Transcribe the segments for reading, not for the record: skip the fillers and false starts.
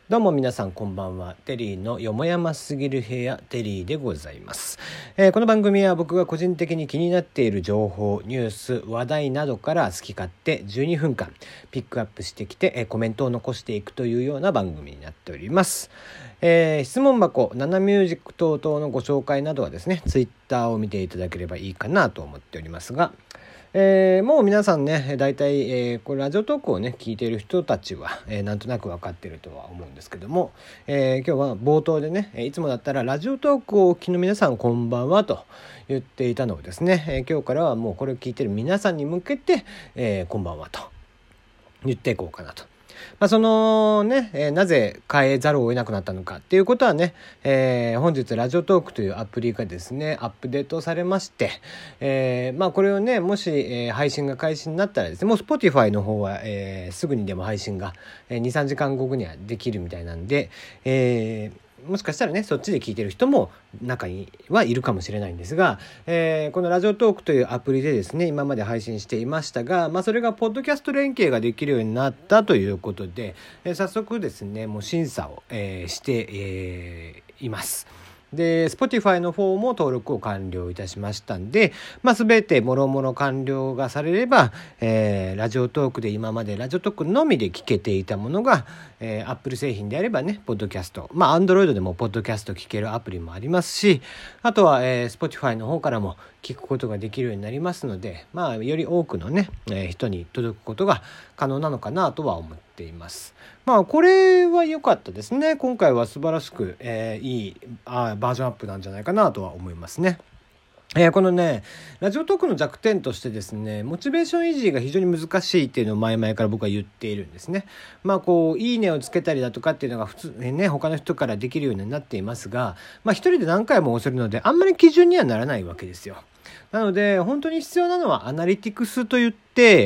どうも皆さんこんばんは。テリーのよもやますぎる部屋、テリーでございます。この番組は僕が個人的に気になっている情報、ニュース、話題などから好き勝手12分間ピックアップしてきて、コメントを残していくというような番組になっております。質問箱、ナナミュージック等々のご紹介などはですね、ツイッターを見ていただければいいかなと思っておりますが、もう皆さんね大体、これラジオトークをね聞いている人たちは、なんとなく分かっているとは思うんですけども、今日は冒頭でねいつもだったらラジオトークをお聞きの皆さんこんばんはと言っていたのをですね、今日からはもうこれを聞いている皆さんに向けて、こんばんはと言っていこうかなと。そのね、なぜ変えざるを得なくなったのかっていうことはね、本日ラジオトークというアプリがですねアップデートされまして、これをねもし、配信が開始になったらですねもう Spotify の方は、すぐにでも配信が、2、3時間後にはできるみたいなんで、もしかしたらねそっちで聞いてる人も中にはいるかもしれないんですが、このラジオトークというアプリでですね今まで配信していましたが、それがポッドキャスト連携ができるようになったということで、早速ですねもう審査を、して、います。で Spotify の方も登録を完了いたしましたんで、全てもろもろ完了がされれば、ラジオトークで今までラジオトークのみで聞けていたものが、Apple 製品であればねポッドキャスト、Android でもポッドキャスト聞けるアプリもありますし、あとは、Spotify の方からも聞くことができるようになりますので、より多くのね、人に届くことが可能なのかなとは思っています。これは良かったですね。今回は素晴らしく、いいバージョンアップなんじゃないかなとは思いますね。このねラジオトークの弱点としてですねモチベーション維持が非常に難しいっていうのを前々から僕は言っているんですね。いいねをつけたりだとかっていうのが普通ね他の人からできるようになっていますが、一人で何回も押せるのであんまり基準にはならないわけですよ。なので本当に必要なのはアナリティクスといって、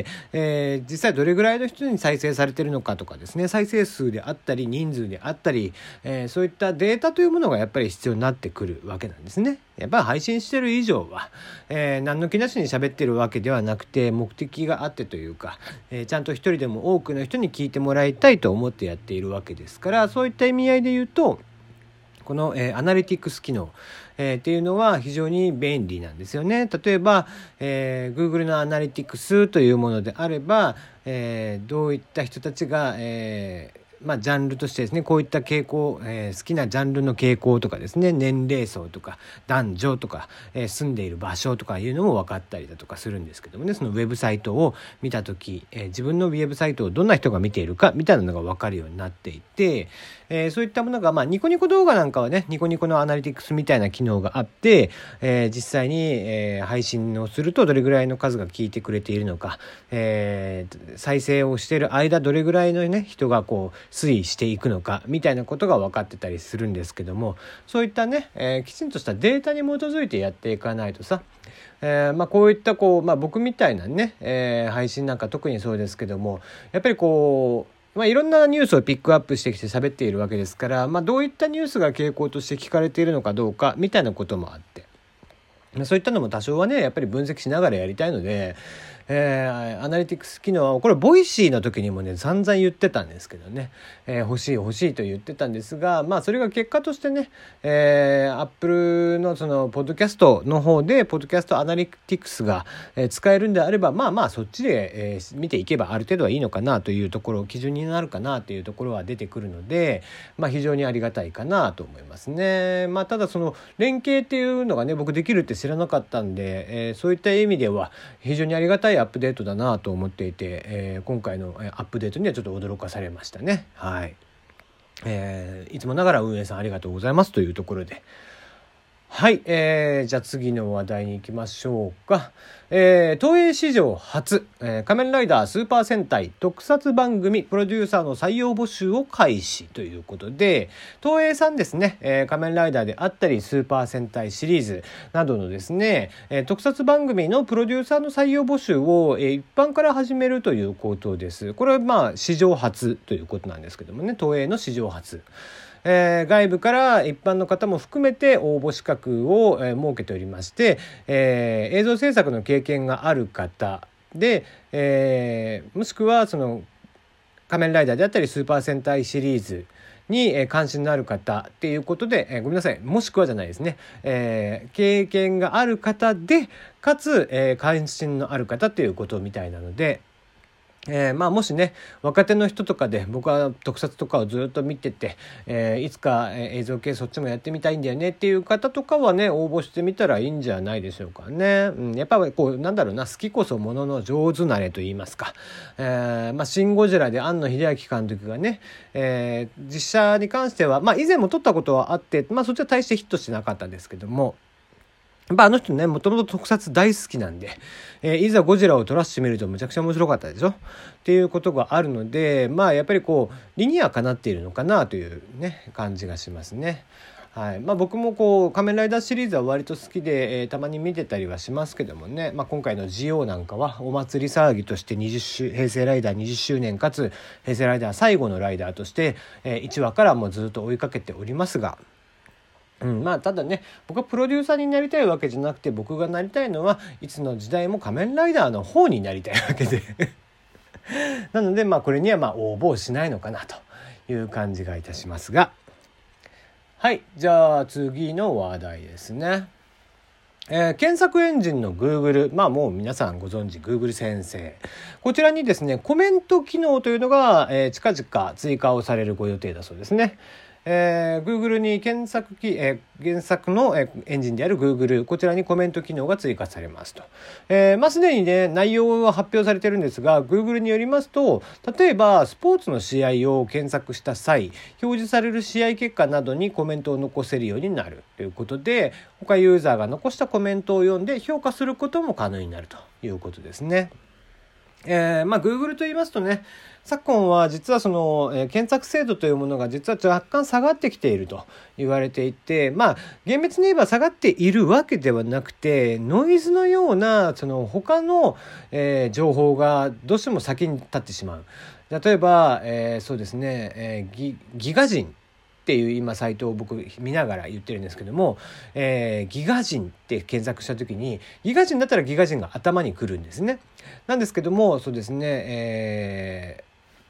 実際どれぐらいの人に再生されているのかとかですね再生数であったり人数であったり、そういったデータというものがやっぱり必要になってくるわけなんですね。やっぱり配信してる以上は、何の気なしに喋ってるわけではなくて目的があってというか、ちゃんと一人でも多くの人に聞いてもらいたいと思ってやっているわけですから、そういった意味合いで言うとこの、アナリティクス機能、っていうのは非常に便利なんですよね。例えば、Google のアナリティクスというものであれば、どういった人たちが、ジャンルとしてですねこういった傾向、好きなジャンルの傾向とかですね年齢層とか男女とか、住んでいる場所とかいうのも分かったりだとかするんですけどもね、そのウェブサイトを見た時、自分のウェブサイトをどんな人が見ているかみたいなのが分かるようになっていて、そういったものが、ニコニコ動画なんかはねニコニコのアナリティクスみたいな機能があって、実際に、配信をするとどれぐらいの数が聞いてくれているのか、再生をしている間どれぐらいのね人がこう推移していくのかみたいなことが分かってたりするんですけども、そういったね、きちんとしたデータに基づいてやっていかないとさ、こういった僕みたいなね、配信なんか特にそうですけどもやっぱりいろんなニュースをピックアップしてきて喋っているわけですから、どういったニュースが傾向として聞かれているのかどうかみたいなこともあって、そういったのも多少はねやっぱり分析しながらやりたいので、アナリティクス機能はこれボイシーの時にもね散々言ってたんですけどね、欲しいと言ってたんですが、それが結果としてね、アップルのそのポッドキャストの方でポッドキャストアナリティクスが、使えるんであればそっちで、見ていけばある程度はいいのかなというところ基準になるかなというところは出てくるので、非常にありがたいかなと思いますね。ただその連携っていうのがね僕できるって知らなかったんで、そういった意味では非常にありがたいアップデートだなと思っていて、今回のアップデートにはちょっと驚かされましたね。はい、いつもながら運営さんありがとうございますというところで、はい、じゃあ次の話題に行きましょうか。東映史上初、仮面ライダースーパー戦隊特撮番組プロデューサーの採用募集を開始ということで、東映さんですね、仮面ライダーであったりスーパー戦隊シリーズなどのですね、特撮番組のプロデューサーの採用募集を、一般から始めるということです。これは史上初ということなんですけどもね、東映の史上初。外部から一般の方も含めて応募資格を、設けておりまして、映像制作の経験がある方で、もしくはその仮面ライダーであったりスーパー戦隊シリーズに関心のある方っていうことで、ごめんなさい、もしくはじゃないですね、経験がある方でかつ、関心のある方っていうことみたいなので、もしね若手の人とかで、僕は特撮とかをずっと見てて、いつか映像系そっちもやってみたいんだよねっていう方とかはね応募してみたらいいんじゃないでしょうかね。やっぱりこうなんだろうな、好きこそものの上手なれと言いますか、シン・ゴジラで庵野秀明監督がね、実写に関しては以前も撮ったことはあって、そっちは大してヒットしてなかったんですけども、あの人ねもともと特撮大好きなんで、いざゴジラを撮らせてみるとむちゃくちゃ面白かったでしょっていうことがあるので、やっぱりこう理にはかなっているのかなというね感じがしますね。はい。僕もこう仮面ライダーシリーズは割と好きで、たまに見てたりはしますけどもね、今回の GO なんかはお祭り騒ぎとして平成ライダー20周年かつ平成ライダー最後のライダーとして、1話からもずっと追いかけておりますが、ただね僕はプロデューサーになりたいわけじゃなくて、僕がなりたいのはいつの時代も仮面ライダーの方になりたいわけでなのでこれには応募しないのかなという感じがいたしますが、はい、じゃあ次の話題ですね。検索エンジンの Google、もう皆さんご存知 Google 先生、こちらにですねコメント機能というのが、近々追加をされるご予定だそうですね。Google に検索のエンジンである Google、 こちらにコメント機能が追加されますと。すでにね内容は発表されてるんですが、 Google によりますと、例えばスポーツの試合を検索した際表示される試合結果などにコメントを残せるようになるということで、他ユーザーが残したコメントを読んで評価することも可能になるということですね。Google と言いますとね、昨今は実はその、検索精度というものが実は若干下がってきていると言われていて、厳密に言えば下がっているわけではなくて、ノイズのようなその他の、情報がどうしても先に立ってしまう。例えば、そうですね、ギガ人っていう今サイトを僕見ながら言ってるんですけども、ギガ人って検索した時にギガ人だったらギガ人が頭に来るんですね。なんですけども、そうですね、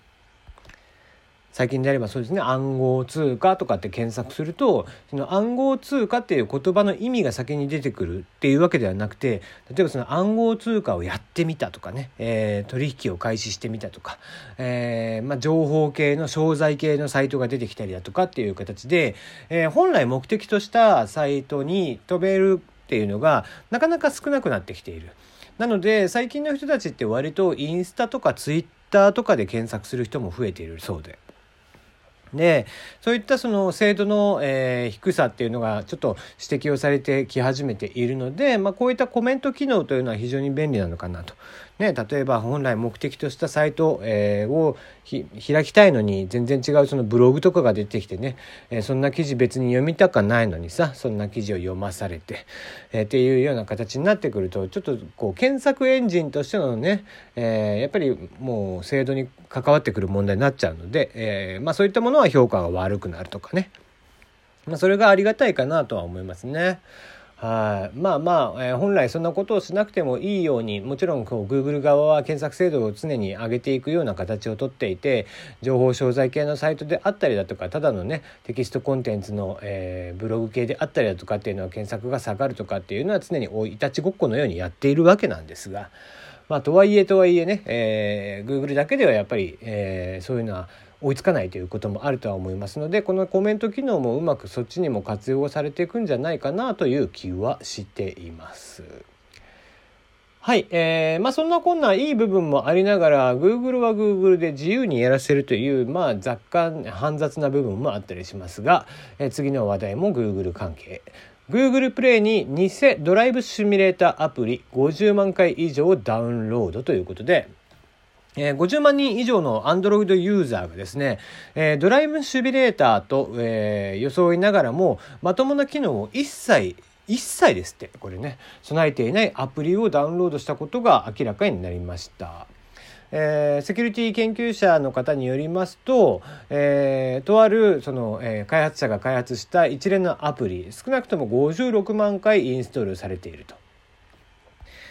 最近であればそうですね、暗号通貨とかって検索すると、その暗号通貨っていう言葉の意味が先に出てくるっていうわけではなくて、例えばその暗号通貨をやってみたとかね、取引を開始してみたとか、情報系の商材系のサイトが出てきたりだとかっていう形で、本来目的としたサイトに飛べるっていうのがなかなか少なくなってきている。なので最近の人たちって割とインスタとかツイッターとかで検索する人も増えているそうで、そういったその精度の、低さっていうのがちょっと指摘をされてき始めているので、こういったコメント機能というのは非常に便利なのかなと。例えば本来目的としたサイト、を開きたいのに全然違うそのブログとかが出てきてね、そんな記事別に読みたかないのにさ、そんな記事を読まされて、っていうような形になってくると、ちょっとこう検索エンジンとしてのね、やっぱりもう精度に関わってくる問題になっちゃうので、そういったものは評価が悪くなるとかね、それがありがたいかなとは思いますね。はい。本来そんなことをしなくてもいいように、もちろんこう Google 側は検索精度を常に上げていくような形をとっていて、情報商材系のサイトであったりだとか、ただのねテキストコンテンツの、ブログ系であったりだとかっていうのは検索が下がるとかっていうのは常にいたちごっこのようにやっているわけなんですが、とはいえね、Google だけではやっぱり、そういうのは追いつかないということもあるとは思いますので、このコメント機能もうまくそっちにも活用されていくんじゃないかなという気はしています。はい、そんなこんないい部分もありながら Google は Google で自由にやらせるという、若干煩雑な部分もあったりしますが、次の話題も Google 関係。Google プレイに偽ドライブシミュレーターアプリ50万回以上ダウンロードということで、50万人以上の Android ユーザーがですね、ドライブシミュレーターと、装いながらもまともな機能を一切ですってこれね備えていないアプリをダウンロードしたことが明らかになりました。セキュリティ研究者の方によりますと、とあるその、開発者が開発した一連のアプリ少なくとも56万回インストールされていると。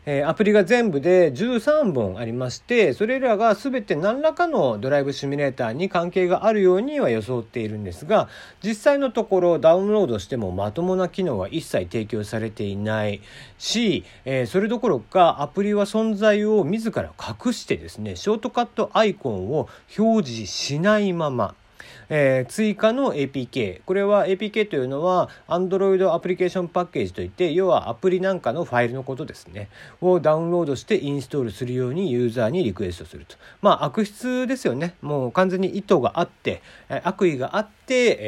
アプリが全部で13本ありまして、それらが全て何らかのドライブシミュレーターに関係があるようには装っているんですが、実際のところダウンロードしてもまともな機能は一切提供されていないし、それどころかアプリは存在を自ら隠してですね、ショートカットアイコンを表示しないまま、追加の APK、 これは APK というのは Android アプリケーションパッケージといって、要はアプリなんかのファイルのことですねをダウンロードしてインストールするようにユーザーにリクエストすると。悪質ですよね。もう完全に意図があって、悪意があって、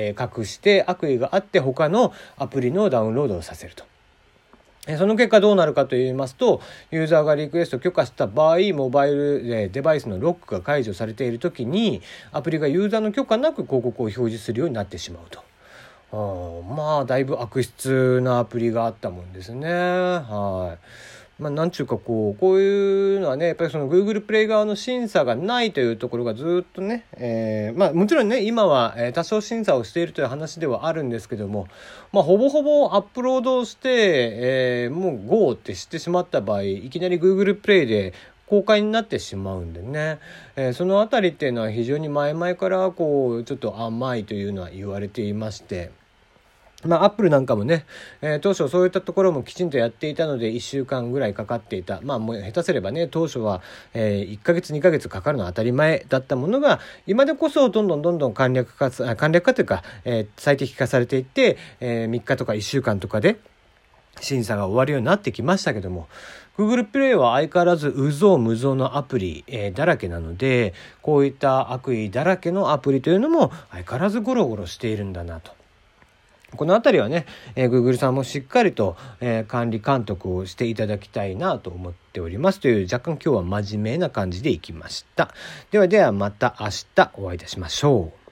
隠して、悪意があって他のアプリのダウンロードをさせると。その結果どうなるかといいますと、ユーザーがリクエストを許可した場合、モバイルデバイスのロックが解除されているときに、アプリがユーザーの許可なく広告を表示するようになってしまうと。だいぶ悪質なアプリがあったもんですね。なんちゅうかこういうのはね、やっぱりその Google プレイ側の審査がないというところがずっとね、もちろんね、今は多少審査をしているという話ではあるんですけども、ほぼほぼアップロードして、もう GO って知ってしまった場合、いきなり Google プレイで公開になってしまうんでね、そのあたりっていうのは非常に前々からちょっと甘いというのは言われていまして、アップルなんかもね、当初そういったところもきちんとやっていたので1週間ぐらいかかっていた。もう下手すればね、当初は、1ヶ月2ヶ月かかるのは当たり前だったものが、今でこそどんどん簡略化というか、最適化されていって、3日とか1週間とかで審査が終わるようになってきましたけども、Google プレイは相変わらず有象無象のアプリ、だらけなので、こういった悪意だらけのアプリというのも相変わらずゴロゴロしているんだなと。このあたりはね、Google さんもしっかりと、管理監督をしていただきたいなと思っておりますという、若干今日は真面目な感じでいきました。ではまた明日お会いいたしましょう。